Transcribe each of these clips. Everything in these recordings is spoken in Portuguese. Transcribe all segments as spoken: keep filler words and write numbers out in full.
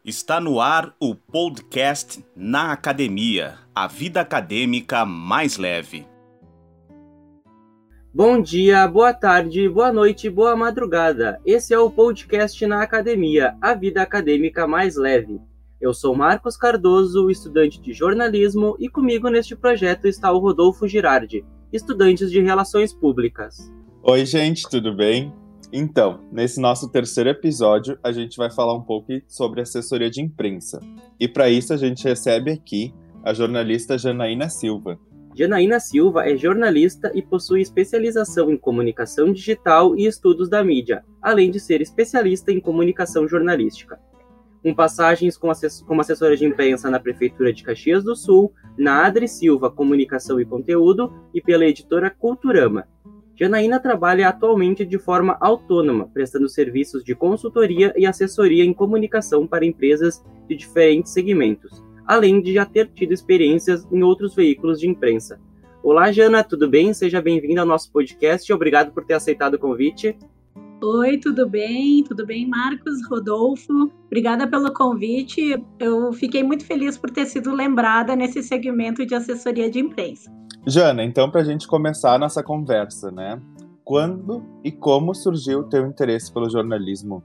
Está no ar o podcast Na Academia, a vida acadêmica mais leve. Bom dia, boa tarde, boa noite, boa madrugada. Esse é o podcast Na Academia, a vida acadêmica mais leve. Eu sou Marcos Cardoso, estudante de jornalismo, e comigo neste projeto está o Rodolfo Girardi, estudante de Relações Públicas. Oi, gente, tudo bem? Então, nesse nosso terceiro episódio, a gente vai falar um pouco sobre assessoria de imprensa. E para isso a gente recebe aqui a jornalista Janaína Silva. Janaína Silva é jornalista e possui especialização em comunicação digital e estudos da mídia, além de ser especialista em comunicação jornalística. Com passagens como assessora de imprensa na Prefeitura de Caxias do Sul, na Adri Silva Comunicação e Conteúdo e pela editora Culturama. Janaína trabalha atualmente de forma autônoma, prestando serviços de consultoria e assessoria em comunicação para empresas de diferentes segmentos, além de já ter tido experiências em outros veículos de imprensa. Olá, Jana, tudo bem? Seja bem-vinda ao nosso podcast e obrigado por ter aceitado o convite. Oi, tudo bem? Tudo bem, Marcos, Rodolfo? Obrigada pelo convite. Eu fiquei muito feliz por ter sido lembrada nesse segmento de assessoria de imprensa. Jana, então para a gente começar a nossa conversa, né? Quando e como surgiu o teu interesse pelo jornalismo?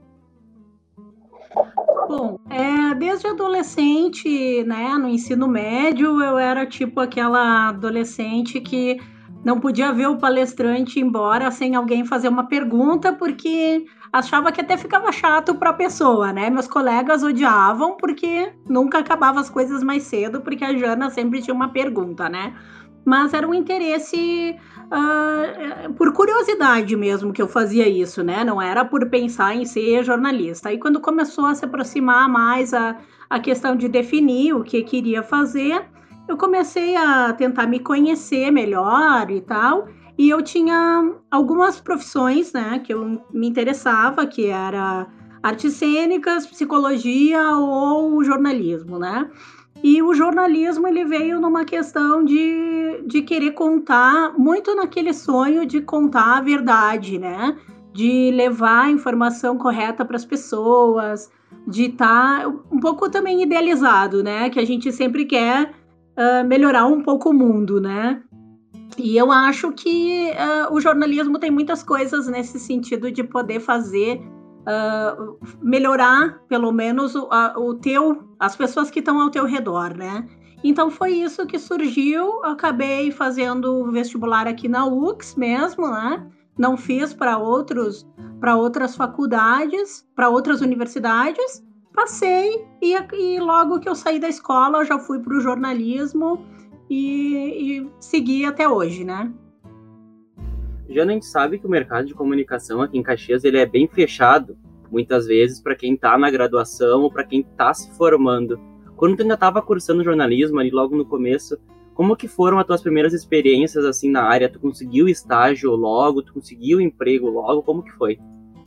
Bom, é, desde adolescente, né, no ensino médio, eu era tipo aquela adolescente que não podia ver o palestrante ir embora sem alguém fazer uma pergunta, porque achava que até ficava chato para a pessoa, né? Meus colegas odiavam porque nunca acabava as coisas mais cedo, porque a Jana sempre tinha uma pergunta, né? Mas era um interesse uh, por curiosidade mesmo que eu fazia isso, né? Não era por pensar em ser jornalista. Aí quando começou a se aproximar mais a, a questão de definir o que queria fazer, eu comecei a tentar me conhecer melhor e tal. E eu tinha algumas profissões, né, que eu me interessava, que era artes cênicas, psicologia ou jornalismo, né? E o jornalismo, ele veio numa questão de, de querer contar, muito naquele sonho de contar a verdade, né? De levar a informação correta para as pessoas, de estar um pouco também idealizado, né? Que a gente sempre quer uh, melhorar um pouco o mundo, né? E eu acho que uh, o jornalismo tem muitas coisas nesse sentido de poder fazer... Uh, melhorar, pelo menos, o, a, o teu, as pessoas que estão ao teu redor, né? Então, foi isso que surgiu. Eu acabei fazendo vestibular aqui na U X mesmo, né? Não fiz para outros, para outras faculdades, para outras universidades. Passei e, e logo que eu saí da escola, eu já fui para o jornalismo e, e segui até hoje, né? Já a gente sabe que o mercado de comunicação aqui em Caxias ele é bem fechado, muitas vezes, para quem está na graduação ou para quem está se formando. Quando tu ainda estava cursando jornalismo, ali logo no começo, como que foram as tuas primeiras experiências assim na área? Tu conseguiu estágio logo? Tu conseguiu emprego logo? Como que foi?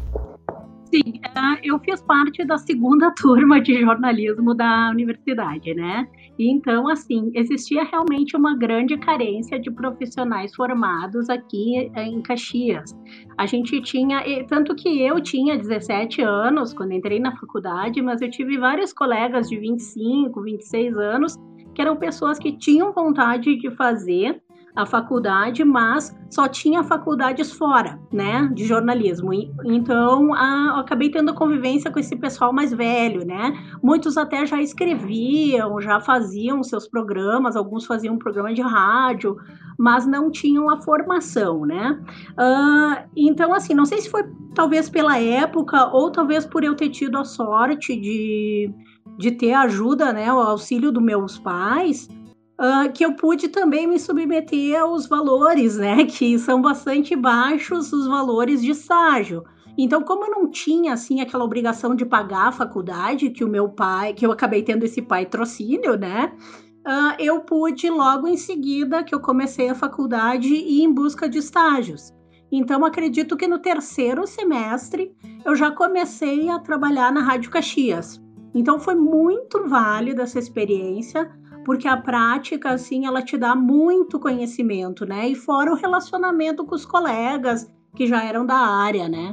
Sim, eu fiz parte da segunda turma de jornalismo da universidade, né? E então, assim, existia realmente uma grande carência de profissionais formados aqui em Caxias. A gente tinha, tanto que eu tinha dezessete anos quando entrei na faculdade, mas eu tive vários colegas de vinte e cinco, vinte e seis anos, que eram pessoas que tinham vontade de fazer a faculdade, mas só tinha faculdades fora, né, de jornalismo. E, então, a, eu acabei tendo convivência com esse pessoal mais velho, né? Muitos até já escreviam, já faziam seus programas, alguns faziam um programa de rádio, mas não tinham a formação, né? Uh, então, assim, não sei se foi talvez pela época ou talvez por eu ter tido a sorte de, de ter a ajuda, né, o auxílio dos meus pais, Uh, que eu pude também me submeter aos valores, né, que são bastante baixos, os valores de estágio. Então, como eu não tinha, assim, aquela obrigação de pagar a faculdade, que o meu pai, que eu acabei tendo esse patrocínio, né, uh, eu pude logo em seguida que eu comecei a faculdade ir em busca de estágios. Então, acredito que no terceiro semestre eu já comecei a trabalhar na Rádio Caxias. Então, foi muito válida essa experiência, porque a prática, assim, ela te dá muito conhecimento, né? E fora o relacionamento com os colegas que já eram da área, né?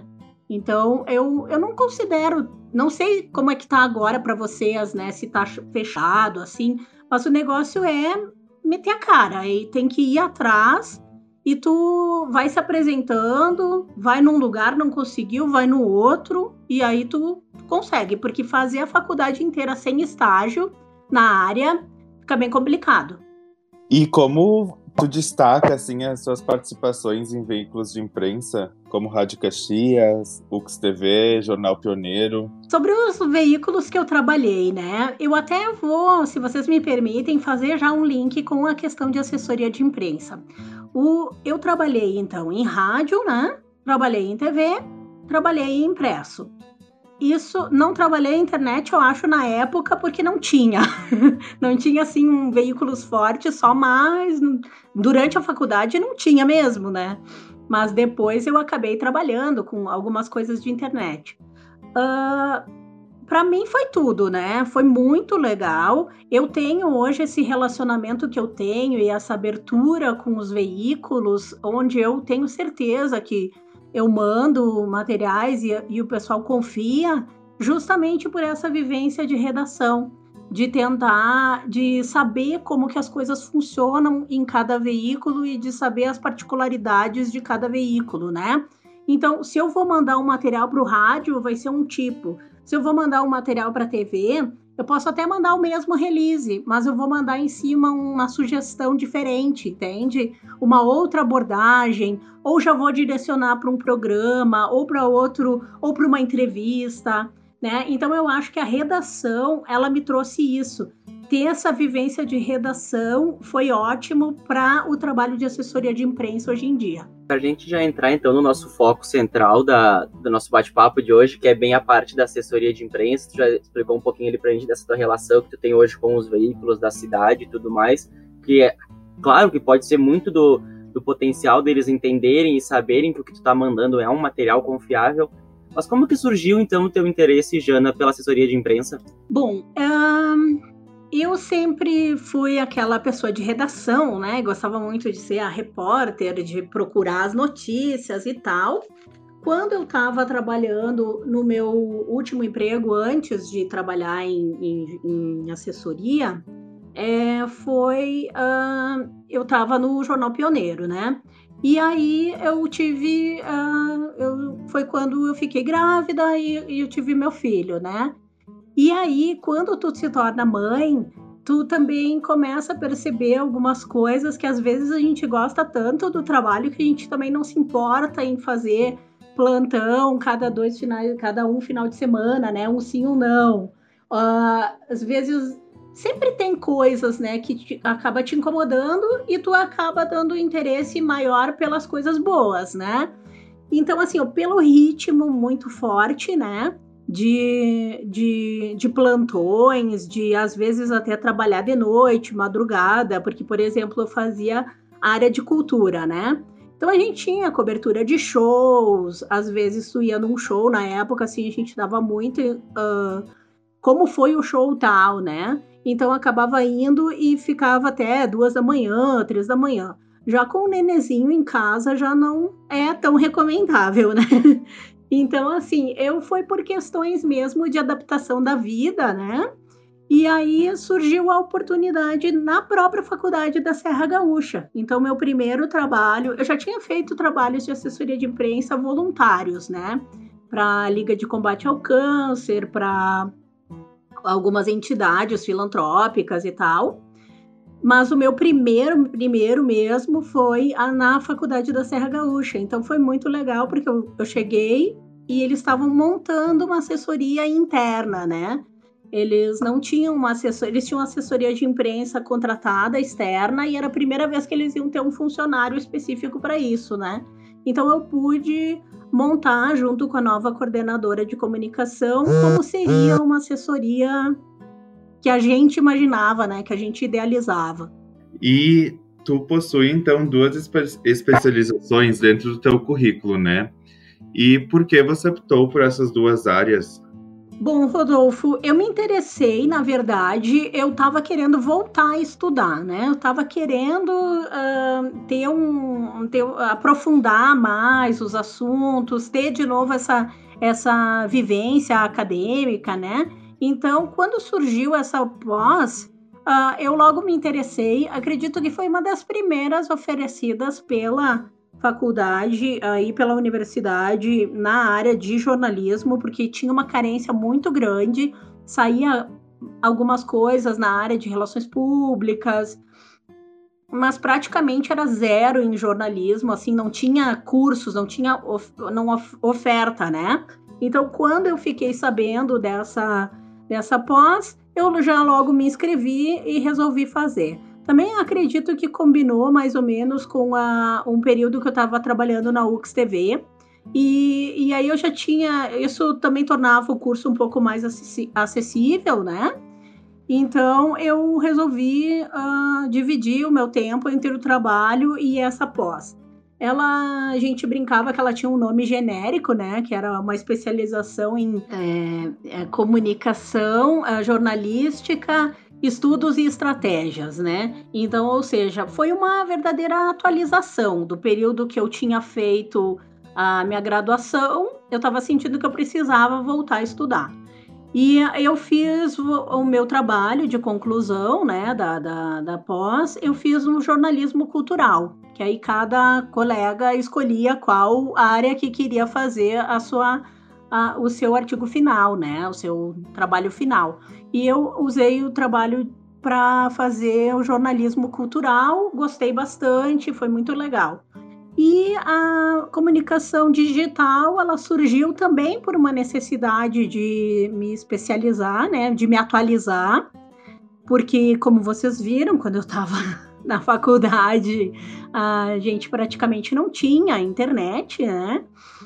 Então, eu, eu não considero, não sei como é que tá agora para vocês, né, se tá fechado, assim, mas o negócio é meter a cara, e tem que ir atrás, e tu vai se apresentando, vai num lugar, não conseguiu, vai no outro, e aí tu consegue, porque fazer a faculdade inteira sem estágio na área fica bem complicado. E como tu destaca, assim, as suas participações em veículos de imprensa, como Rádio Caxias, U X T V, Jornal Pioneiro? Sobre os veículos que eu trabalhei, né? Eu até vou, se vocês me permitem, fazer já um link com a questão de assessoria de imprensa. O, eu trabalhei, então, em rádio, né? Trabalhei em T V, trabalhei em impresso. Isso, não trabalhei em internet, eu acho, na época, porque não tinha. Não tinha, assim, um, veículos fortes, só mais... Durante a faculdade não tinha mesmo, né? Mas depois eu acabei trabalhando com algumas coisas de internet. Uh, para mim foi tudo, né? Foi muito legal. Eu tenho hoje esse relacionamento que eu tenho e essa abertura com os veículos, onde eu tenho certeza que eu mando materiais e, e o pessoal confia, justamente por essa vivência de redação, de tentar, de saber como que as coisas funcionam em cada veículo e de saber as particularidades de cada veículo, né? Então, se eu vou mandar um material para o rádio, vai ser um tipo. Se eu vou mandar um material para a T V, eu posso até mandar o mesmo release, mas eu vou mandar em cima uma sugestão diferente, entende? Uma outra abordagem, ou já vou direcionar para um programa, ou para outro, ou para uma entrevista, né? Então, eu acho que a redação, ela me trouxe isso. Ter essa vivência de redação foi ótimo para o trabalho de assessoria de imprensa hoje em dia. Para a gente já entrar, então, no nosso foco central da, do nosso bate-papo de hoje, que é bem a parte da assessoria de imprensa, tu já explicou um pouquinho ali para a gente dessa tua relação que tu tem hoje com os veículos da cidade e tudo mais, que é claro que pode ser muito do, do potencial deles entenderem e saberem que o que tu está mandando é um material confiável. Mas como que surgiu, então, o teu interesse, Jana, pela assessoria de imprensa? Bom, um... eu sempre fui aquela pessoa de redação, né? Gostava muito de ser a repórter, de procurar as notícias e tal. Quando eu estava trabalhando no meu último emprego, antes de trabalhar em, em, em assessoria, é, foi... Uh, eu estava no Jornal Pioneiro, né? E aí eu tive... Uh, eu, foi quando eu fiquei grávida e, e eu tive meu filho, né? E aí, quando tu se torna mãe, tu também começa a perceber algumas coisas que às vezes a gente gosta tanto do trabalho que a gente também não se importa em fazer plantão cada dois finais, cada um final de semana, né? Um sim, um não. Uh, às vezes sempre tem coisas, né, que te, acaba te incomodando e tu acaba dando interesse maior pelas coisas boas, né? Então, assim, ó, pelo ritmo muito forte, né? De, de, de plantões, de às vezes até trabalhar de noite, madrugada, porque, por exemplo, eu fazia área de cultura, né? Então a gente tinha cobertura de shows, às vezes tu ia num show, na época, assim, a gente dava muito uh, como foi o show tal, né? Então acabava indo e ficava até duas da manhã, três da manhã. Já com o nenezinho em casa já não é tão recomendável, né? Então, assim, eu fui por questões mesmo de adaptação da vida, né? E aí surgiu a oportunidade na própria faculdade da Serra Gaúcha. Então, meu primeiro trabalho... Eu já tinha feito trabalhos de assessoria de imprensa voluntários, né? Para a Liga de Combate ao Câncer, para algumas entidades filantrópicas e tal. Mas o meu primeiro, primeiro mesmo foi a, na faculdade da Serra Gaúcha. Então foi muito legal, porque eu, eu cheguei e eles estavam montando uma assessoria interna, né? Eles não tinham uma assessoria, eles tinham uma assessoria de imprensa contratada, externa, e era a primeira vez que eles iam ter um funcionário específico para isso, né? Então eu pude montar, junto com a nova coordenadora de comunicação, como seria uma assessoria que a gente imaginava, né, que a gente idealizava. E tu possui, então, duas espe- especializações dentro do teu currículo, né? E por que você optou por essas duas áreas? Bom, Rodolfo, eu me interessei, na verdade, eu estava querendo voltar a estudar, né? Eu estava querendo uh, ter um, ter, aprofundar mais os assuntos, ter de novo essa, essa vivência acadêmica, né? Então, quando surgiu essa pós, uh, eu logo me interessei. Acredito que foi uma das primeiras oferecidas pela faculdade, aí pela universidade, na área de jornalismo, porque tinha uma carência muito grande, saía algumas coisas na área de relações públicas, mas praticamente era zero em jornalismo, assim, não tinha cursos, não tinha of, não of, oferta, né? Então, quando eu fiquei sabendo dessa, dessa pós, eu já logo me inscrevi e resolvi fazer. Também acredito que combinou mais ou menos com a, um período que eu estava trabalhando na U X T V, e, e aí eu já tinha, isso também tornava o curso um pouco mais acessível, né? Então eu resolvi uh, dividir o meu tempo entre o trabalho e essa pós. Ela, a gente brincava que ela tinha um nome genérico, né? Que era uma especialização em é, é, comunicação, uh, jornalística, estudos e estratégias, né? Então, ou seja, foi uma verdadeira atualização do período que eu tinha feito a minha graduação. Eu estava sentindo que eu precisava voltar a estudar. E eu fiz o meu trabalho de conclusão, né, da, da, da pós, eu fiz um jornalismo cultural, que aí cada colega escolhia qual área que queria fazer a sua, a, o seu artigo final, né, o seu trabalho final. E eu usei o trabalho para fazer o jornalismo cultural, gostei bastante, foi muito legal. E a comunicação digital, ela surgiu também por uma necessidade de me especializar, né, de me atualizar, porque, como vocês viram, quando eu estava na faculdade, a gente praticamente não tinha internet, né,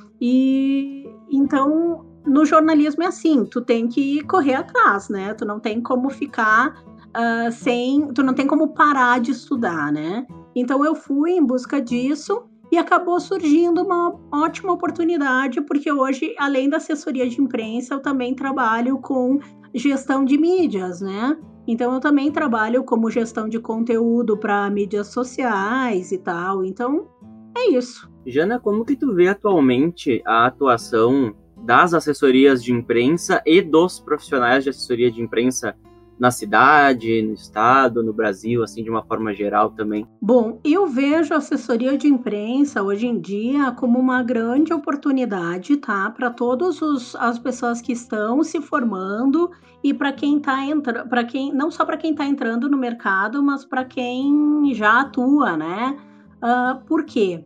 e então no jornalismo é assim, tu tem que correr atrás, né, tu não tem como ficar uh, sem, tu não tem como parar de estudar, né, então eu fui em busca disso. E acabou surgindo uma ótima oportunidade, porque hoje, além da assessoria de imprensa, eu também trabalho com gestão de mídias, né? Então, eu também trabalho como gestão de conteúdo para mídias sociais e tal. Então, é isso. Jana, como que tu vê atualmente a atuação das assessorias de imprensa e dos profissionais de assessoria de imprensa na cidade, no estado, no Brasil, assim, de uma forma geral também? Bom, eu vejo a assessoria de imprensa hoje em dia como uma grande oportunidade, tá? Para todas as pessoas que estão se formando e para quem está entrando, para quem, não só para quem está entrando no mercado, mas para quem já atua, né? Uh, por quê?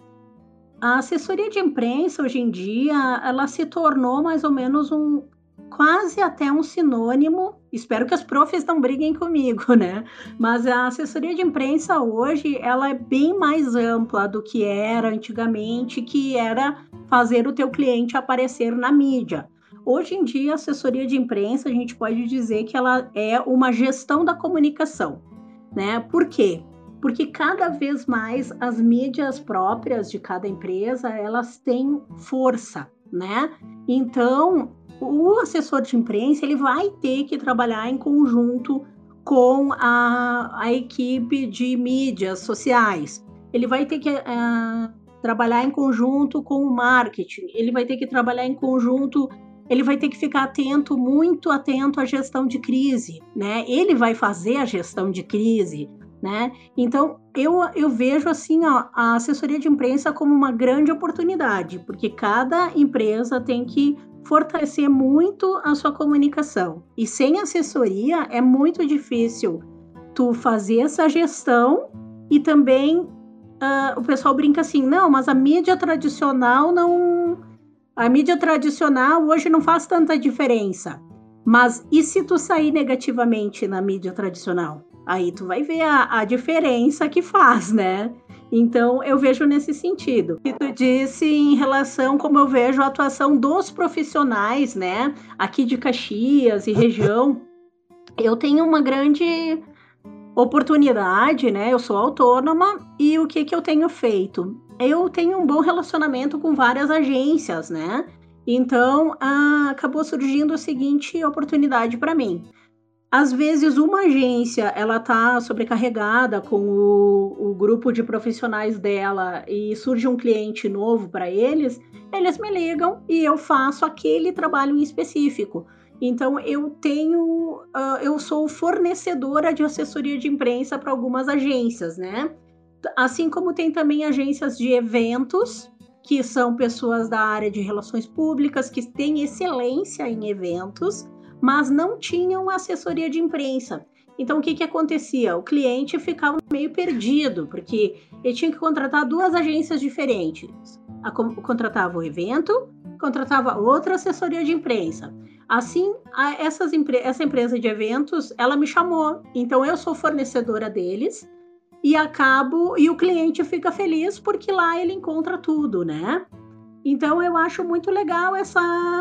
A assessoria de imprensa hoje em dia, ela se tornou mais ou menos um quase até um sinônimo, espero que as profs não briguem comigo, né? Mas a assessoria de imprensa hoje, ela é bem mais ampla do que era antigamente, que era fazer o teu cliente aparecer na mídia. Hoje em dia, a assessoria de imprensa, a gente pode dizer que ela é uma gestão da comunicação, né? Por quê? Porque cada vez mais as mídias próprias de cada empresa, elas têm força, né? Então, o assessor de imprensa, ele vai ter que trabalhar em conjunto com a, a equipe de mídias sociais. Ele vai ter que uh, trabalhar em conjunto com o marketing. Ele vai ter que trabalhar em conjunto, ele vai ter que ficar atento, muito atento à gestão de crise, né? Ele vai fazer a gestão de crise, né? Então, eu, eu vejo assim, ó, a assessoria de imprensa como uma grande oportunidade, porque cada empresa tem que fortalecer muito a sua comunicação. E sem assessoria é muito difícil tu fazer essa gestão e também uh, o pessoal brinca assim, não, mas a mídia tradicional não... A mídia tradicional hoje não faz tanta diferença. Mas e se tu sair negativamente na mídia tradicional? Aí tu vai ver a, a diferença que faz, né? Então, eu vejo nesse sentido. E tu disse em relação como eu vejo a atuação dos profissionais, né? Aqui de Caxias e região. Eu tenho uma grande oportunidade, né? Eu sou autônoma e o que que eu tenho feito? Eu tenho um bom relacionamento com várias agências, né? Então, ah, acabou surgindo a seguinte oportunidade para mim. Às vezes, uma agência ela está sobrecarregada com o, o grupo de profissionais dela e surge um cliente novo para eles, eles me ligam e eu faço aquele trabalho em específico. Então, eu tenho, uh, eu sou fornecedora de assessoria de imprensa para algumas agências, né? Assim como tem também agências de eventos, que são pessoas da área de relações públicas, que têm excelência em eventos, mas não tinham assessoria de imprensa. Então, o que, que acontecia? O cliente ficava meio perdido, porque ele tinha que contratar duas agências diferentes. A, contratava o evento, contratava outra assessoria de imprensa. Assim, a, essas, essa empresa de eventos, ela me chamou. Então, eu sou fornecedora deles e acabo... E o cliente fica feliz porque lá ele encontra tudo, né? Então, eu acho muito legal essa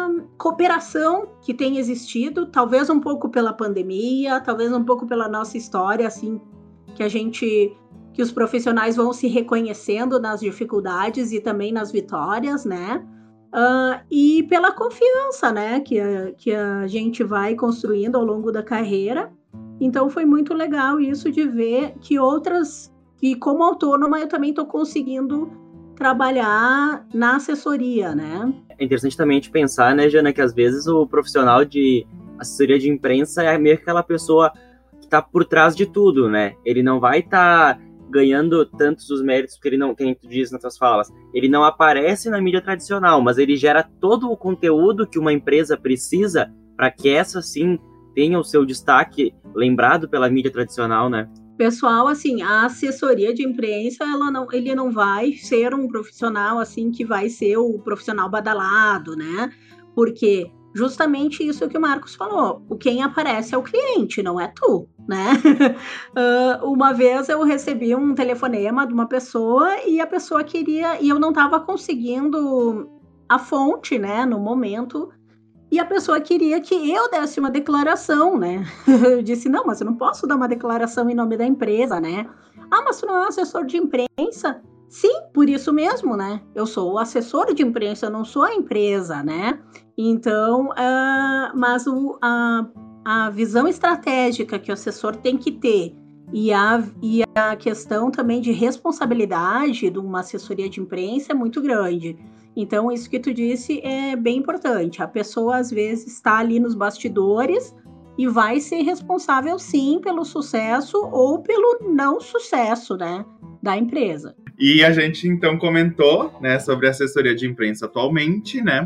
cooperação que tem existido, talvez um pouco pela pandemia, talvez um pouco pela nossa história, assim, que a gente, que os profissionais vão se reconhecendo nas dificuldades e também nas vitórias, né? Uh, e pela confiança, né, que a, que a gente vai construindo ao longo da carreira. Então, foi muito legal isso de ver que outras, que como autônoma eu também estou conseguindo trabalhar na assessoria, né? É interessante também a gente pensar, né, Jana, que às vezes o profissional de assessoria de imprensa é meio que aquela pessoa que está por trás de tudo, né? Ele não vai estar tá ganhando tantos os méritos, porque ele não, quem tu diz nas tuas falas, ele não aparece na mídia tradicional, mas ele gera todo o conteúdo que uma empresa precisa para que essa, sim, tenha o seu destaque lembrado pela mídia tradicional, né? Pessoal, assim, a assessoria de imprensa, ela não, ele não vai ser um profissional, assim, que vai ser o profissional badalado, né? Porque justamente isso que o Marcos falou, o quem aparece é o cliente, não é tu, né? uh, uma vez eu recebi um telefonema de uma pessoa e a pessoa queria, e eu não estava conseguindo a fonte, né, no momento. E a pessoa queria que eu desse uma declaração, né? Eu disse, não, mas eu não posso dar uma declaração em nome da empresa, né? Ah, mas tu não é um assessor de imprensa? Sim, por isso mesmo, né? Eu sou o assessor de imprensa, eu não sou a empresa, né? Então, uh, mas o, a, a visão estratégica que o assessor tem que ter e a, e a questão também de responsabilidade de uma assessoria de imprensa é muito grande. Então, isso que tu disse é bem importante. A pessoa, às vezes, está ali nos bastidores e vai ser responsável, sim, pelo sucesso ou pelo não sucesso, né, da empresa. E a gente, então, comentou, né, sobre a assessoria de imprensa atualmente, né?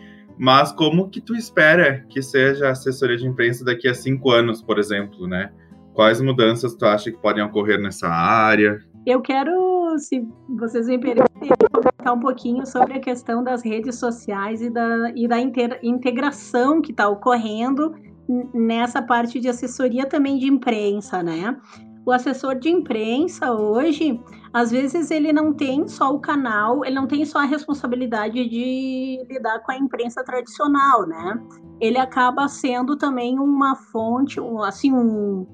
Mas como que tu espera que seja a assessoria de imprensa daqui a cinco anos, por exemplo, né? Quais mudanças tu acha que podem ocorrer nessa área? Eu quero, se vocês me permitem, comentar um pouquinho sobre a questão das redes sociais e da, e da inter, integração que está ocorrendo nessa parte de assessoria também de imprensa, né? O assessor de imprensa hoje, às vezes ele não tem só o canal, ele não tem só a responsabilidade de lidar com a imprensa tradicional, né? Ele acaba sendo também uma fonte, um, assim, um...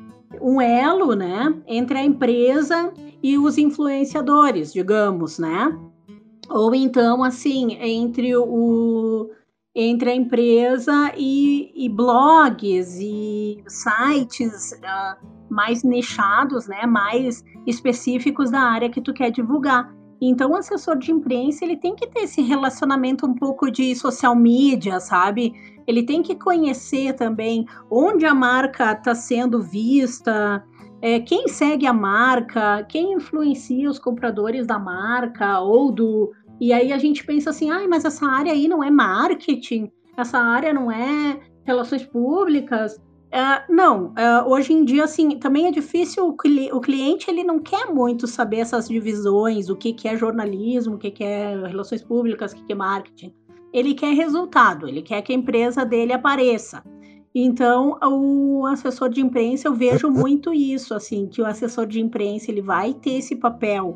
um elo, né, entre a empresa e os influenciadores, digamos, né? Ou então, assim, entre o entre a empresa e, e blogs e sites uh, mais nichados, né, mais específicos da área que tu quer divulgar. Então, o assessor de imprensa, ele tem que ter esse relacionamento um pouco de social media, sabe? Ele tem que conhecer também onde a marca está sendo vista, é, quem segue a marca, quem influencia os compradores da marca ou do... E aí a gente pensa assim, ah, mas essa área aí não é marketing, essa área não é relações públicas. Uh, não, uh, hoje em dia, assim, também é difícil, o, cli- o cliente, ele não quer muito saber essas divisões, o que, que é jornalismo, o que, que é relações públicas, o que, que é marketing. Ele quer resultado, ele quer que a empresa dele apareça. Então, o assessor de imprensa, eu vejo muito isso, assim, que o assessor de imprensa, ele vai ter esse papel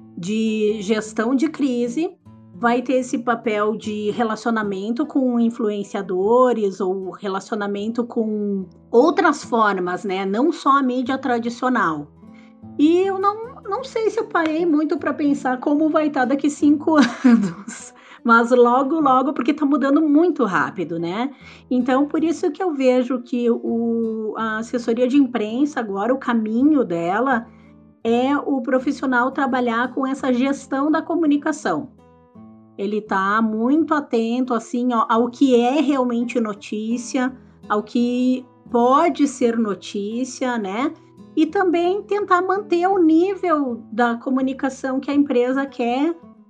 de gestão de crise, vai ter esse papel de relacionamento com influenciadores ou relacionamento com outras formas, né? Não só a mídia tradicional. E eu não, não sei se eu parei muito para pensar como vai estar daqui cinco anos. mas logo, logo, porque está mudando muito rápido, né? Então, por isso que eu vejo que o, a assessoria de imprensa agora, o caminho dela é o profissional trabalhar com essa gestão da comunicação. Ele está muito atento, assim, ó, ao que é realmente notícia, ao que pode ser notícia, né? E também tentar manter o nível da comunicação que a empresa quer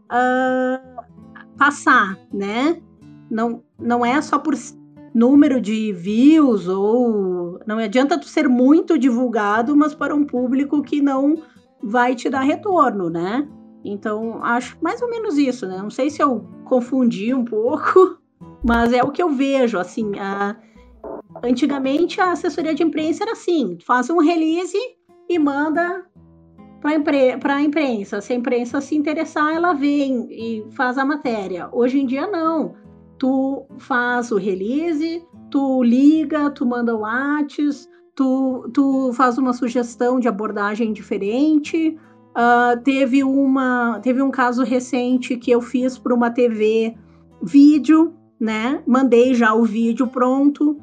uh, passar, né? Não, não é só por número de views ou... Não adianta tu ser muito divulgado, mas para um público que não vai te dar retorno, né? Então, acho mais ou menos isso, né? Não sei se eu confundi um pouco, mas é o que eu vejo, assim... A, antigamente, a assessoria de imprensa era assim, faz um release e manda para impre- a imprensa. Se a imprensa se interessar, ela vem e faz a matéria. Hoje em dia, não. Tu faz o release, tu liga, tu manda o WhatsApp, tu, tu faz uma sugestão de abordagem diferente. Uh, teve, uma, teve um caso recente que eu fiz para uma T V vídeo, né? Mandei já o vídeo pronto.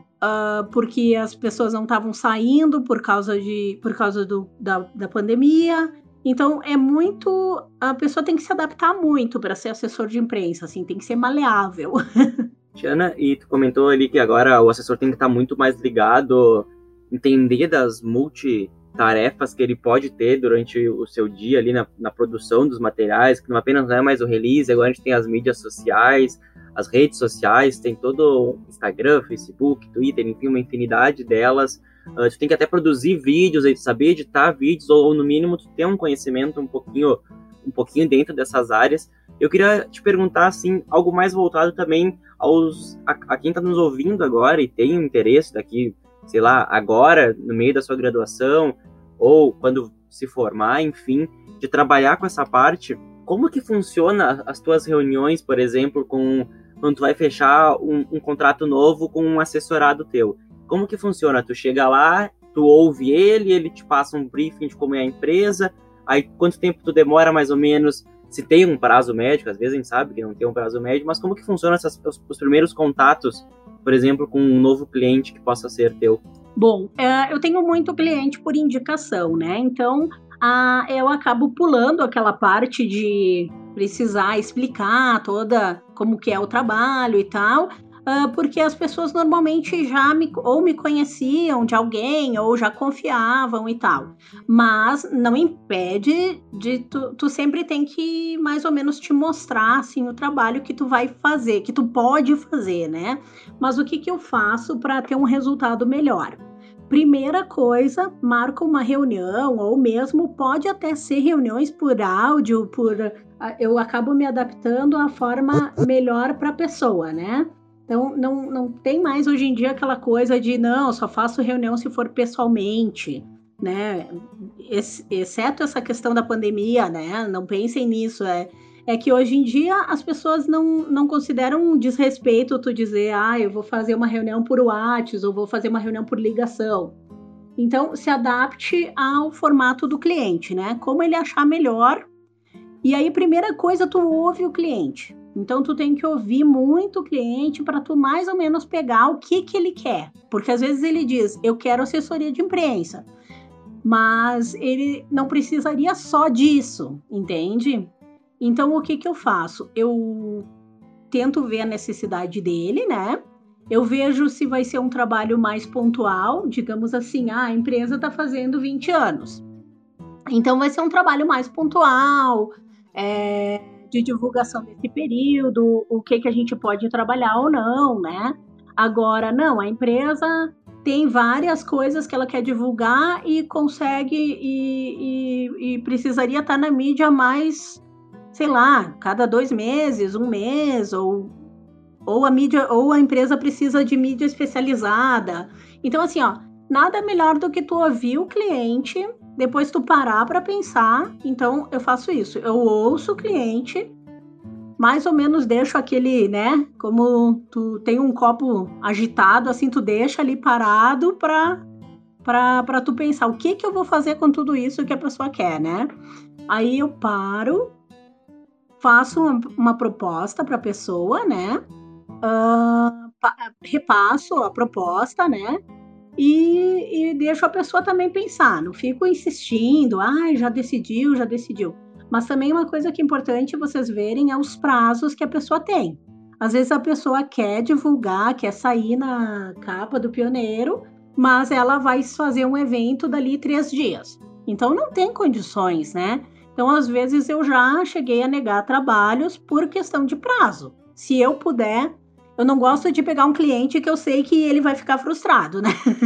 Uh, porque as pessoas não estavam saindo por causa, de, por causa do, da, da pandemia. Então, é muito... A pessoa tem que se adaptar muito para ser assessor de imprensa, assim, tem que ser maleável. Tiana, e tu comentou ali que agora o assessor tem que estar muito mais ligado, entender das multitarefas que ele pode ter durante o seu dia ali na, na produção dos materiais, que não apenas não é mais o release, agora a gente tem as mídias sociais, as redes sociais, tem todo o Instagram, Facebook, Twitter, enfim, uma infinidade delas. Uh, tu tem que até produzir vídeos, saber editar vídeos, ou, ou no mínimo tu ter um conhecimento um pouquinho, um pouquinho dentro dessas áreas. Eu queria te perguntar, assim, algo mais voltado também aos, a, a quem está nos ouvindo agora e tem um interesse daqui, sei lá, agora, no meio da sua graduação, ou quando se formar, enfim, de trabalhar com essa parte. Como que funciona as tuas reuniões, por exemplo, com, quando tu vai fechar um, um contrato novo com um assessorado teu? Como que funciona? Tu chega lá, tu ouve ele, ele te passa um briefing de como é a empresa, aí quanto tempo tu demora mais ou menos, se tem um prazo médio, às vezes a gente sabe que não tem um prazo médio, mas como que funciona essas, os, os primeiros contatos, por exemplo, com um novo cliente que possa ser teu? Bom, é, eu tenho muito cliente por indicação, né? Então, a, eu acabo pulando aquela parte de precisar explicar toda como que é o trabalho e tal, uh, porque as pessoas normalmente já me, ou me conheciam de alguém, ou já confiavam e tal. Mas não impede de tu, tu sempre tem que mais ou menos te mostrar assim, o trabalho que tu vai fazer, que tu pode fazer, né? Mas o que, que eu faço para ter um resultado melhor? Primeira coisa, marca uma reunião, ou mesmo pode até ser reuniões por áudio, por eu acabo me adaptando à forma melhor para a pessoa, né? Então, não, não tem mais hoje em dia aquela coisa de, não, só faço reunião se for pessoalmente, né? Ex- exceto essa questão da pandemia, né? Não pensem nisso, é... É que hoje em dia as pessoas não, não consideram um desrespeito tu dizer, ah, eu vou fazer uma reunião por WhatsApp ou vou fazer uma reunião por ligação. Então, se adapte ao formato do cliente, né? Como ele achar melhor. E aí, primeira coisa, tu ouve o cliente. Então, tu tem que ouvir muito o cliente para tu mais ou menos pegar o que, que ele quer. Porque às vezes ele diz, eu quero assessoria de imprensa. Mas ele não precisaria só disso, entende? Então, o que que eu faço? Eu tento ver a necessidade dele, né? Eu vejo se vai ser um trabalho mais pontual, digamos assim, ah, a empresa está fazendo vinte anos. Então, vai ser um trabalho mais pontual, é, de divulgação desse período, o que que a gente pode trabalhar ou não, né? Agora, não, a empresa tem várias coisas que ela quer divulgar e consegue e, e, e precisaria estar na mídia mais... sei lá, cada dois meses, um mês, ou, ou, a mídia, ou a empresa precisa de mídia especializada. Então, assim, ó, nada melhor do que tu ouvir o cliente, depois tu parar para pensar. Então, eu faço isso, eu ouço o cliente, mais ou menos deixo aquele, né, como tu tem um copo agitado, assim, tu deixa ali parado para para tu pensar, o que que eu vou fazer com tudo isso que a pessoa quer, né? Aí eu paro, faço uma, uma proposta para a pessoa, né? Uh, repasso a proposta, né? E, e deixo a pessoa também pensar, não fico insistindo, ah, já decidiu, já decidiu. Mas também uma coisa que é importante vocês verem é os prazos que a pessoa tem. Às vezes a pessoa quer divulgar, quer sair na capa do Pioneiro, mas ela vai fazer um evento dali três dias. Então não tem condições, né? Então às vezes eu já cheguei a negar trabalhos por questão de prazo. Se eu puder, eu não gosto de pegar um cliente que eu sei que ele vai ficar frustrado, né?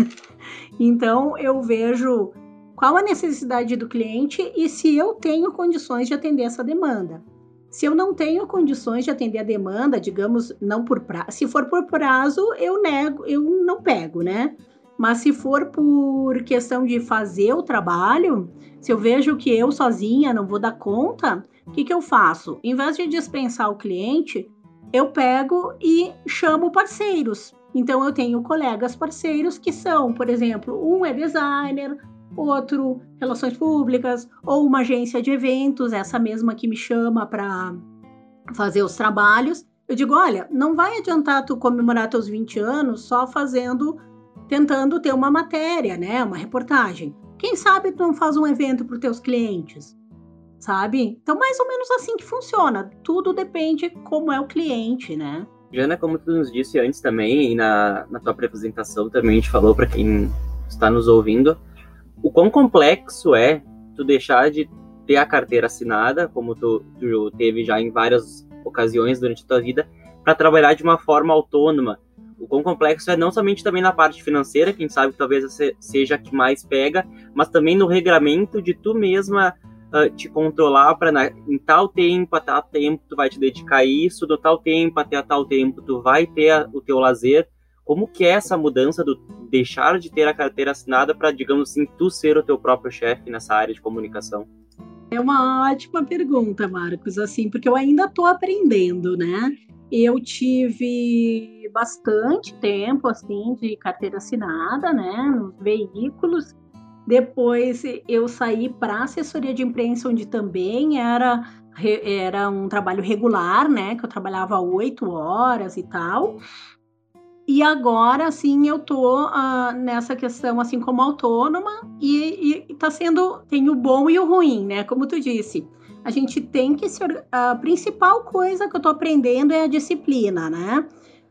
Então eu vejo qual a necessidade do cliente e se eu tenho condições de atender essa demanda. Se eu não tenho condições de atender a demanda, digamos, não por prazo, se for por prazo, eu nego, eu não pego, né? Mas se for por questão de fazer o trabalho, se eu vejo que eu sozinha não vou dar conta, o que que eu faço? Em vez de dispensar o cliente, eu pego e chamo parceiros. Então eu tenho colegas parceiros que são, por exemplo, um é designer, outro relações públicas, ou uma agência de eventos, essa mesma que me chama para fazer os trabalhos. Eu digo, olha, não vai adiantar tu comemorar teus vinte anos só fazendo, tentando ter uma matéria, né, uma reportagem. Quem sabe tu não faz um evento para os teus clientes, sabe? Então, mais ou menos assim que funciona. Tudo depende como é o cliente, né? Jana, como tu nos disse antes também, e na, na tua apresentação também a gente falou para quem está nos ouvindo, o quão complexo é tu deixar de ter a carteira assinada, como tu, tu teve já em várias ocasiões durante a tua vida, para trabalhar de uma forma autônoma. O quão complexo é não somente também na parte financeira, quem sabe talvez seja a que mais pega, mas também no regramento de tu mesma uh, te controlar para em tal tempo, a tal tempo tu vai te dedicar a isso, do tal tempo até a tal tempo tu vai ter a, o teu lazer. Como que é essa mudança do deixar de ter a carteira assinada para, digamos assim, tu ser o teu próprio chefe nessa área de comunicação? É uma ótima pergunta, Marcos, assim, porque eu ainda estou aprendendo, né? Eu tive bastante tempo, assim, de carteira assinada, né, nos veículos. Depois eu saí para assessoria de imprensa, onde também era, era um trabalho regular, né, que eu trabalhava oito horas e tal. E agora, assim, eu tô uh, nessa questão, assim, como autônoma e, e tá sendo, tem o bom e o ruim, né? Como tu disse, a gente tem que se... A principal coisa que eu tô aprendendo é a disciplina, né?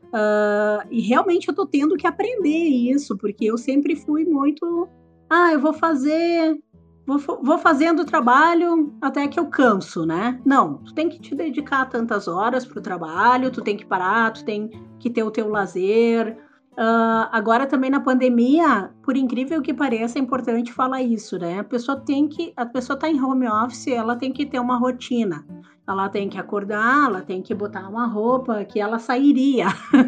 Uh, e realmente eu tô tendo que aprender isso, porque eu sempre fui muito... Ah, eu vou fazer... Vou, vou fazendo o trabalho até que eu canso, né? Não, tu tem que te dedicar tantas horas pro trabalho, tu tem que parar, tu tem que ter o teu lazer. Uh, agora também na pandemia, por incrível que pareça, é importante falar isso, né? A pessoa tem que, a pessoa tá em home office, ela tem que ter uma rotina. Ela tem que acordar, ela tem que botar uma roupa que ela sairia,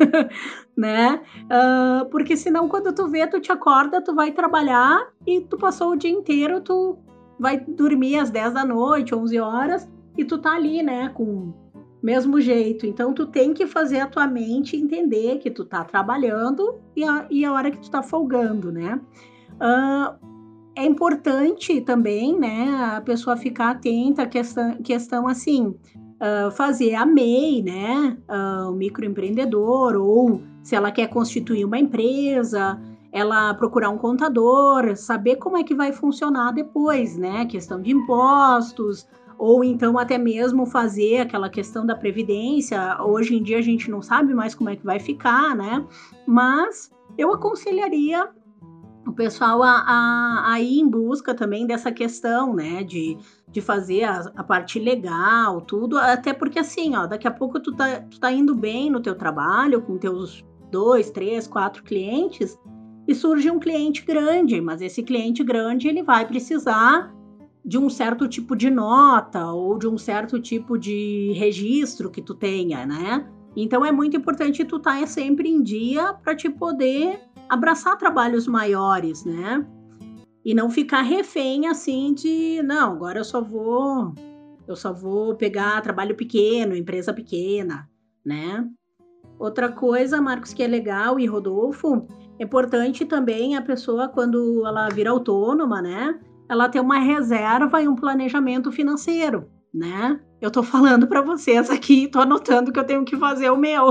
né? Uh, porque senão quando tu vê, tu te acorda, tu vai trabalhar e tu passou o dia inteiro, tu vai dormir às dez da noite, onze horas, e tu tá ali, né, com mesmo jeito. Então, tu tem que fazer a tua mente entender que tu tá trabalhando e a, e a hora que tu tá folgando, né? Uh, é importante também, né, a pessoa ficar atenta à questão, questão assim, uh, fazer a M E I, né, uh, o microempreendedor, ou se ela quer constituir uma empresa, ela procurar um contador, saber como é que vai funcionar depois, né, questão de impostos, ou então até mesmo fazer aquela questão da previdência. Hoje em dia a gente não sabe mais como é que vai ficar, né? Mas eu aconselharia o pessoal a, a, a ir em busca também dessa questão, né? De, de fazer a, a parte legal, tudo. Até porque assim, ó, daqui a pouco tu tá, tu tá indo bem no teu trabalho, com teus dois, três, quatro clientes, e surge um cliente grande, mas esse cliente grande ele vai precisar de um certo tipo de nota ou de um certo tipo de registro que tu tenha, né? Então é muito importante tu estar sempre em dia para te poder abraçar trabalhos maiores, né? E não ficar refém assim de, não, agora eu só vou, eu só vou pegar trabalho pequeno, empresa pequena, né? Outra coisa, Marcos, que é legal, e Rodolfo, é importante também a pessoa, quando ela vira autônoma, né? Ela ter uma reserva e um planejamento financeiro, né? eu tô falando para vocês aqui, tô anotando que eu tenho que fazer o meu.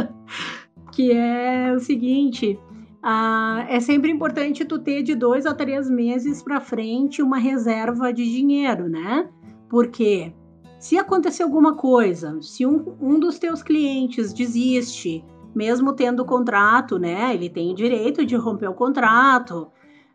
Que é o seguinte, ah, é sempre importante tu ter de dois a três meses para frente uma reserva de dinheiro, né? Porque se acontecer alguma coisa, se um, um dos teus clientes desiste, mesmo tendo contrato, né? Ele tem o direito de romper o contrato,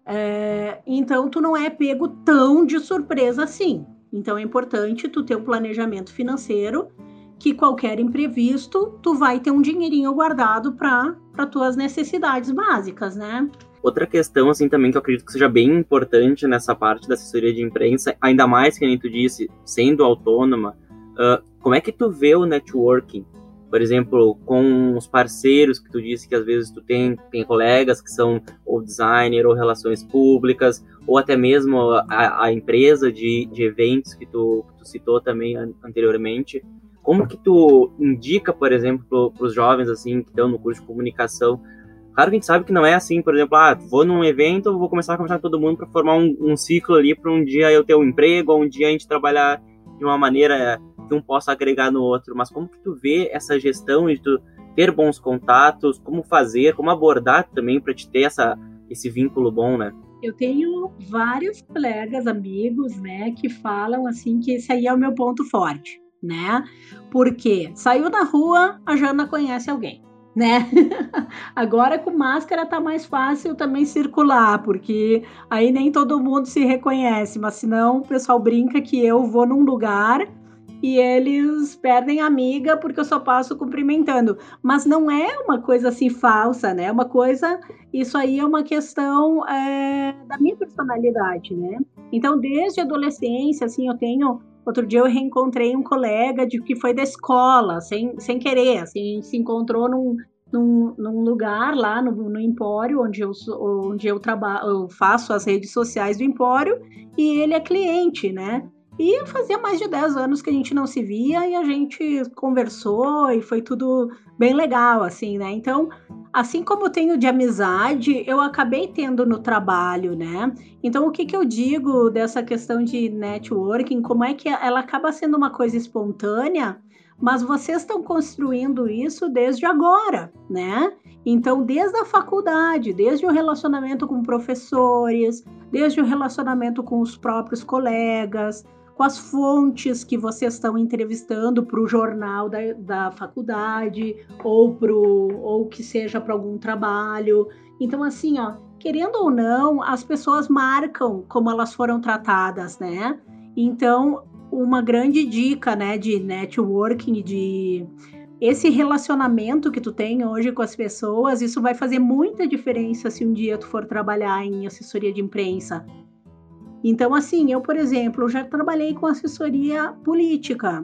é, então tu não é pego tão de surpresa assim. Então é importante tu ter um planejamento financeiro que qualquer imprevisto, tu vai ter um dinheirinho guardado para para tuas necessidades básicas, né? Outra questão, assim, também que eu acredito que seja bem importante nessa parte da assessoria de imprensa, ainda mais que nem tu disse, sendo autônoma, uh, como é que tu vê o networking? Por exemplo, com os parceiros que tu disse que às vezes tu tem, tem colegas que são ou designer ou relações públicas, ou até mesmo a, a empresa de, de eventos que tu, que tu citou também anteriormente. Como que tu indica, por exemplo, para os jovens assim que estão no curso de comunicação? Claro que a gente sabe que não é assim, por exemplo, ah, vou num evento, vou começar a conversar com todo mundo para formar um, um ciclo ali para um dia eu ter um emprego, ou um dia a gente trabalhar de uma maneira que um possa agregar no outro. Mas como que tu vê essa gestão de tu ter bons contatos, como fazer, como abordar também para te ter essa, esse vínculo bom, né? Eu tenho vários colegas, amigos, né, que falam assim que esse aí é o meu ponto forte, né? Porque saiu na rua, a Jana conhece alguém, né? Agora com máscara tá mais fácil também circular, porque aí nem todo mundo se reconhece, mas senão o pessoal brinca que eu vou num lugar e eles perdem a amiga porque eu só passo cumprimentando. Mas não é uma coisa assim falsa, né? É uma coisa, isso aí é uma questão é, da minha personalidade, né? Então, desde a adolescência, assim, eu tenho... Outro dia eu reencontrei um colega de que foi da escola, sem, sem querer, assim, a gente se encontrou num, num, num lugar lá no, no Empório, onde eu, onde eu trabalho, eu faço as redes sociais do Empório, e ele é cliente, né? E fazia mais de dez anos que a gente não se via e a gente conversou e foi tudo bem legal, assim, né? Então, assim como eu tenho de amizade, eu acabei tendo no trabalho, né? Então, o que que eu digo dessa questão de networking? Como é que ela acaba sendo uma coisa espontânea, mas vocês estão construindo isso desde agora, né? Então, desde a faculdade, desde o relacionamento com professores, desde o relacionamento com os próprios colegas, com as fontes que vocês estão entrevistando para o jornal da, da faculdade ou, pro, ou que seja para algum trabalho. Então, assim, ó, querendo ou não, as pessoas marcam como elas foram tratadas, né? Então, uma grande dica, né, de networking, de esse relacionamento que tu tem hoje com as pessoas, isso vai fazer muita diferença se um dia tu for trabalhar em assessoria de imprensa. Então, assim, eu, por exemplo, eu já trabalhei com assessoria política,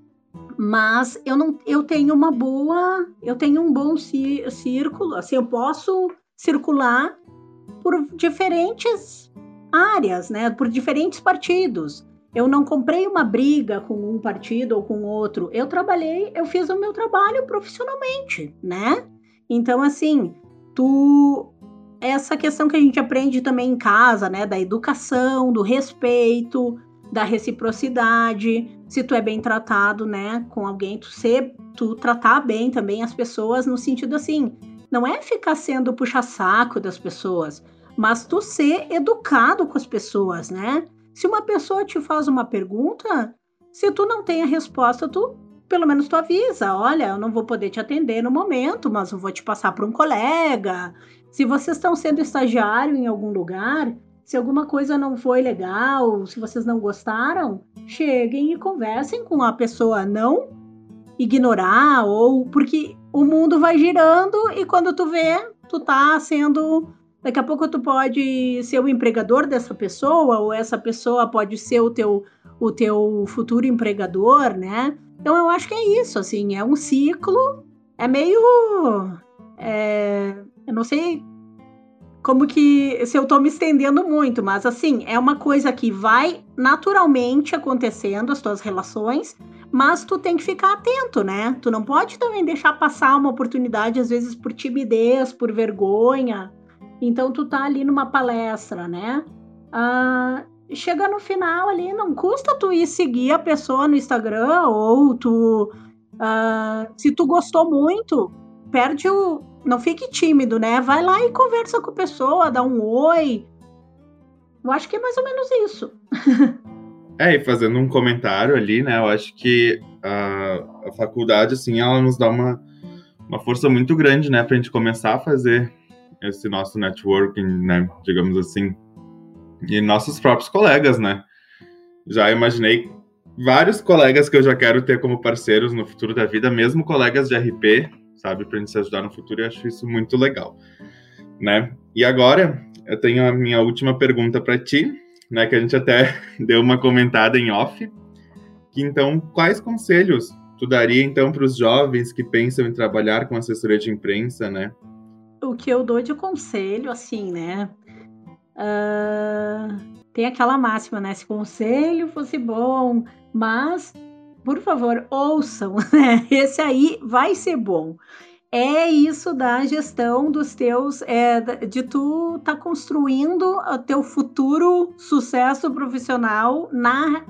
mas eu não, eu tenho uma boa, eu tenho um bom círculo, assim, eu posso circular por diferentes áreas, né, por diferentes partidos. Eu não comprei uma briga com um partido ou com outro, eu trabalhei, eu fiz o meu trabalho profissionalmente, né? Então, assim, tu... essa questão que a gente aprende também em casa, né, da educação, do respeito, da reciprocidade, se tu é bem tratado, né, com alguém, tu ser, tu tratar bem também as pessoas no sentido assim, não é ficar sendo puxa-saco das pessoas, mas tu ser educado com as pessoas, né? Se uma pessoa te faz uma pergunta, se tu não tem a resposta, tu pelo menos tu avisa, olha, eu não vou poder te atender no momento, mas eu vou te passar para um colega. Se vocês estão sendo estagiário em algum lugar, se alguma coisa não foi legal, se vocês não gostaram, cheguem e conversem com a pessoa, não ignorar, ou porque o mundo vai girando e quando tu vê, tu tá sendo... Daqui a pouco tu pode ser o empregador dessa pessoa, ou essa pessoa pode ser o teu, o teu futuro empregador, né? Então eu acho que é isso, assim, é um ciclo, é meio... É, eu não sei como que, se eu tô me estendendo muito, mas assim, é uma coisa que vai naturalmente acontecendo, as tuas relações, mas tu tem que ficar atento, né? Tu não pode também deixar passar uma oportunidade, às vezes por timidez, por vergonha. Então, tu tá ali numa palestra, né? Ah, chega no final ali, não custa tu ir seguir a pessoa no Instagram, ou tu, uh, se tu gostou muito, perde o, não fique tímido, né? Vai lá e conversa com a pessoa, dá um oi. Eu acho que é mais ou menos isso. É, e fazendo um comentário ali, né, eu acho que a, a faculdade, assim, ela nos dá uma, uma força muito grande, né, pra gente começar a fazer esse nosso networking, né, digamos assim, e nossos próprios colegas, né. Já imaginei vários colegas que eu já quero ter como parceiros no futuro da vida, mesmo colegas de R P, sabe, pra gente se ajudar no futuro, e eu acho isso muito legal, né. E agora, eu tenho a minha última pergunta pra ti, né, que a gente até deu uma comentada em off, que então, quais conselhos tu daria, então, para os jovens que pensam em trabalhar com assessoria de imprensa, né? O que eu dou de conselho, assim, né, uh, tem aquela máxima, né, se conselho fosse bom, mas, por favor, ouçam, né, esse aí vai ser bom. É isso da gestão dos teus, é, de tu tá construindo o teu futuro sucesso profissional na,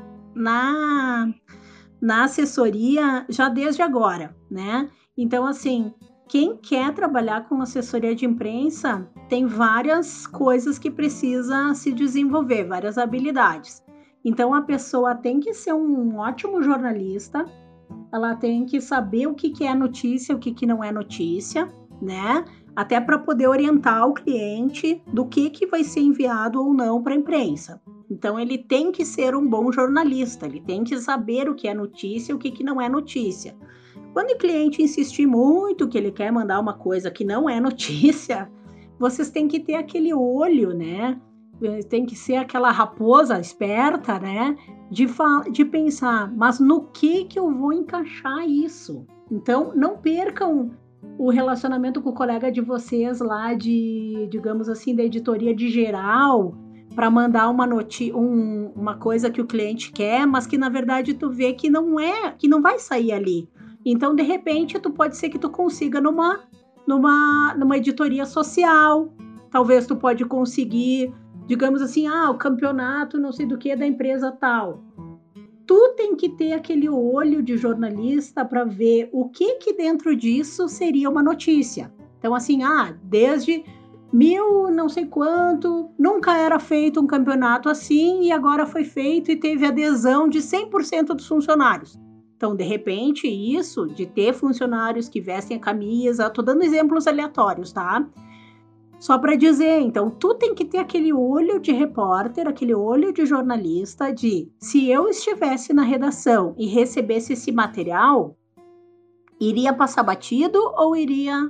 na, na assessoria já desde agora, né? Então, assim, quem quer trabalhar com assessoria de imprensa tem várias coisas que precisa se desenvolver, várias habilidades. Então, a pessoa tem que ser um ótimo jornalista, ela tem que saber o que, que é notícia, o que, que não é notícia, né? Até para poder orientar o cliente do que, que vai ser enviado ou não para a imprensa. Então, ele tem que ser um bom jornalista, ele tem que saber o que é notícia e o que, que não é notícia. Quando o cliente insistir muito que ele quer mandar uma coisa que não é notícia, vocês têm que ter aquele olho, né? Tem que ser aquela raposa esperta, né? De, de pensar, mas no que que eu vou encaixar isso? Então, não percam o relacionamento com o colega de vocês lá de, digamos assim, da editoria de geral, para mandar uma, noti- um, uma coisa que o cliente quer, mas que na verdade tu vê que não é, que não vai sair ali. Então, de repente, tu pode ser que tu consiga numa, numa, numa editoria social. Talvez tu pode conseguir, digamos assim, ah, o campeonato não sei do que da empresa tal. Tu tem que ter aquele olho de jornalista para ver o que que dentro disso seria uma notícia. Então, assim, ah, desde mil não sei quanto, nunca era feito um campeonato assim e agora foi feito e teve adesão de cem por cento dos funcionários. Então, de repente, isso de ter funcionários que vestem a camisa, tô dando exemplos aleatórios, tá? Só para dizer, então, tu tem que ter aquele olho de repórter, aquele olho de jornalista de, se eu estivesse na redação e recebesse esse material, iria passar batido ou iria,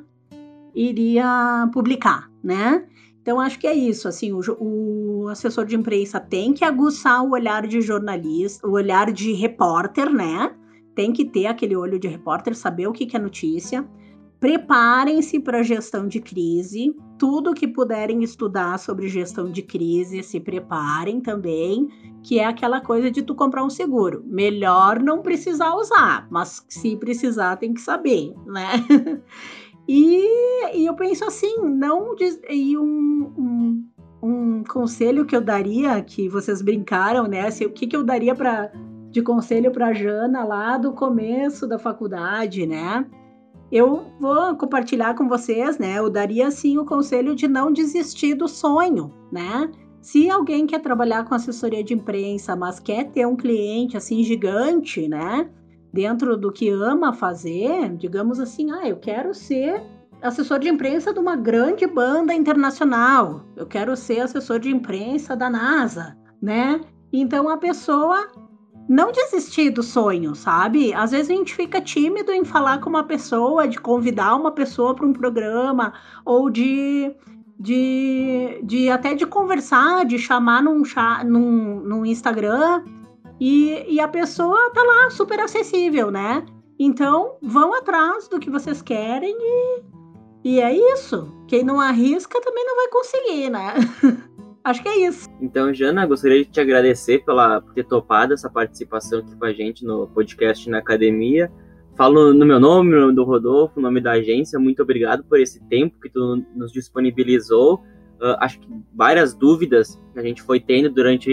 iria publicar, né? Então, acho que é isso, assim, o, o assessor de imprensa tem que aguçar o olhar de jornalista, o olhar de repórter, né? Tem que ter aquele olho de repórter, saber o que, que é notícia. Preparem-se para gestão de crise, tudo que puderem estudar sobre gestão de crise, se preparem também, que é aquela coisa de tu comprar um seguro. Melhor não precisar usar, mas se precisar tem que saber, né? E, e eu penso assim, não e um, um, um conselho que eu daria, que vocês brincaram, né? Assim, o que, que eu daria pra, de conselho para a Jana lá do começo da faculdade, né? Eu vou compartilhar com vocês, né? Eu daria, assim, o conselho de não desistir do sonho, né? Se alguém quer trabalhar com assessoria de imprensa, mas quer ter um cliente, assim, gigante, né? Dentro do que ama fazer, digamos assim, ah, eu quero ser assessor de imprensa de uma grande banda internacional, eu quero ser assessor de imprensa da NASA, né? Então, a pessoa não desistir do sonho, sabe? Às vezes a gente fica tímido em falar com uma pessoa, de convidar uma pessoa para um programa, ou de, de, de até de conversar, de chamar num, num, num Instagram, e, e a pessoa tá lá, super acessível, né? Então, vão atrás do que vocês querem e, e é isso. Quem não arrisca também não vai conseguir, né? Acho que é isso. Então, Jana, gostaria de te agradecer pela, por ter topado essa participação aqui com a gente no podcast Na Academia. Falo no meu nome, no nome do Rodolfo, no nome da agência. Muito obrigado por esse tempo que tu nos disponibilizou. Uh, acho que várias dúvidas que a gente foi tendo durante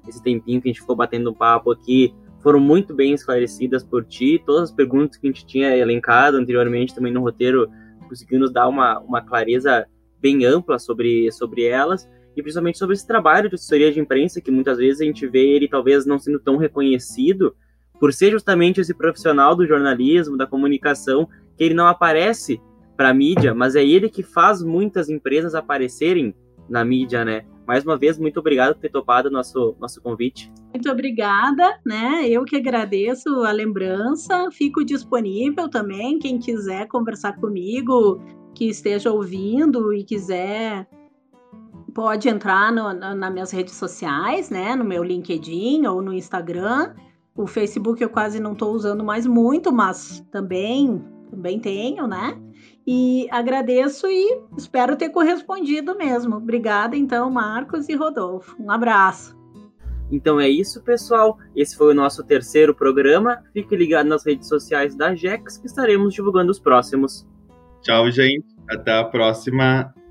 esse tempinho que a gente ficou batendo um papo aqui, foram muito bem esclarecidas por ti. Todas as perguntas que a gente tinha elencado anteriormente também no roteiro, conseguiu nos dar uma, uma clareza bem ampla sobre, sobre elas, e principalmente sobre esse trabalho de assessoria de imprensa, que muitas vezes a gente vê ele talvez não sendo tão reconhecido, por ser justamente esse profissional do jornalismo, da comunicação, que ele não aparece para a mídia, mas é ele que faz muitas empresas aparecerem na mídia, né? Mais uma vez, muito obrigado por ter topado o nosso, nosso convite. Muito obrigada, né? Eu que agradeço a lembrança, fico disponível também, quem quiser conversar comigo, que esteja ouvindo e quiser, pode entrar no, na, nas minhas redes sociais, né? No meu LinkedIn ou no Instagram. O Facebook eu quase não estou usando mais muito, mas também, também tenho, né? E agradeço e espero ter correspondido mesmo. Obrigada, então, Marcos e Rodolfo. Um abraço. Então é isso, pessoal. Esse foi o nosso terceiro programa. Fique ligado nas redes sociais da Jex, que estaremos divulgando os próximos. Tchau, gente. Até a próxima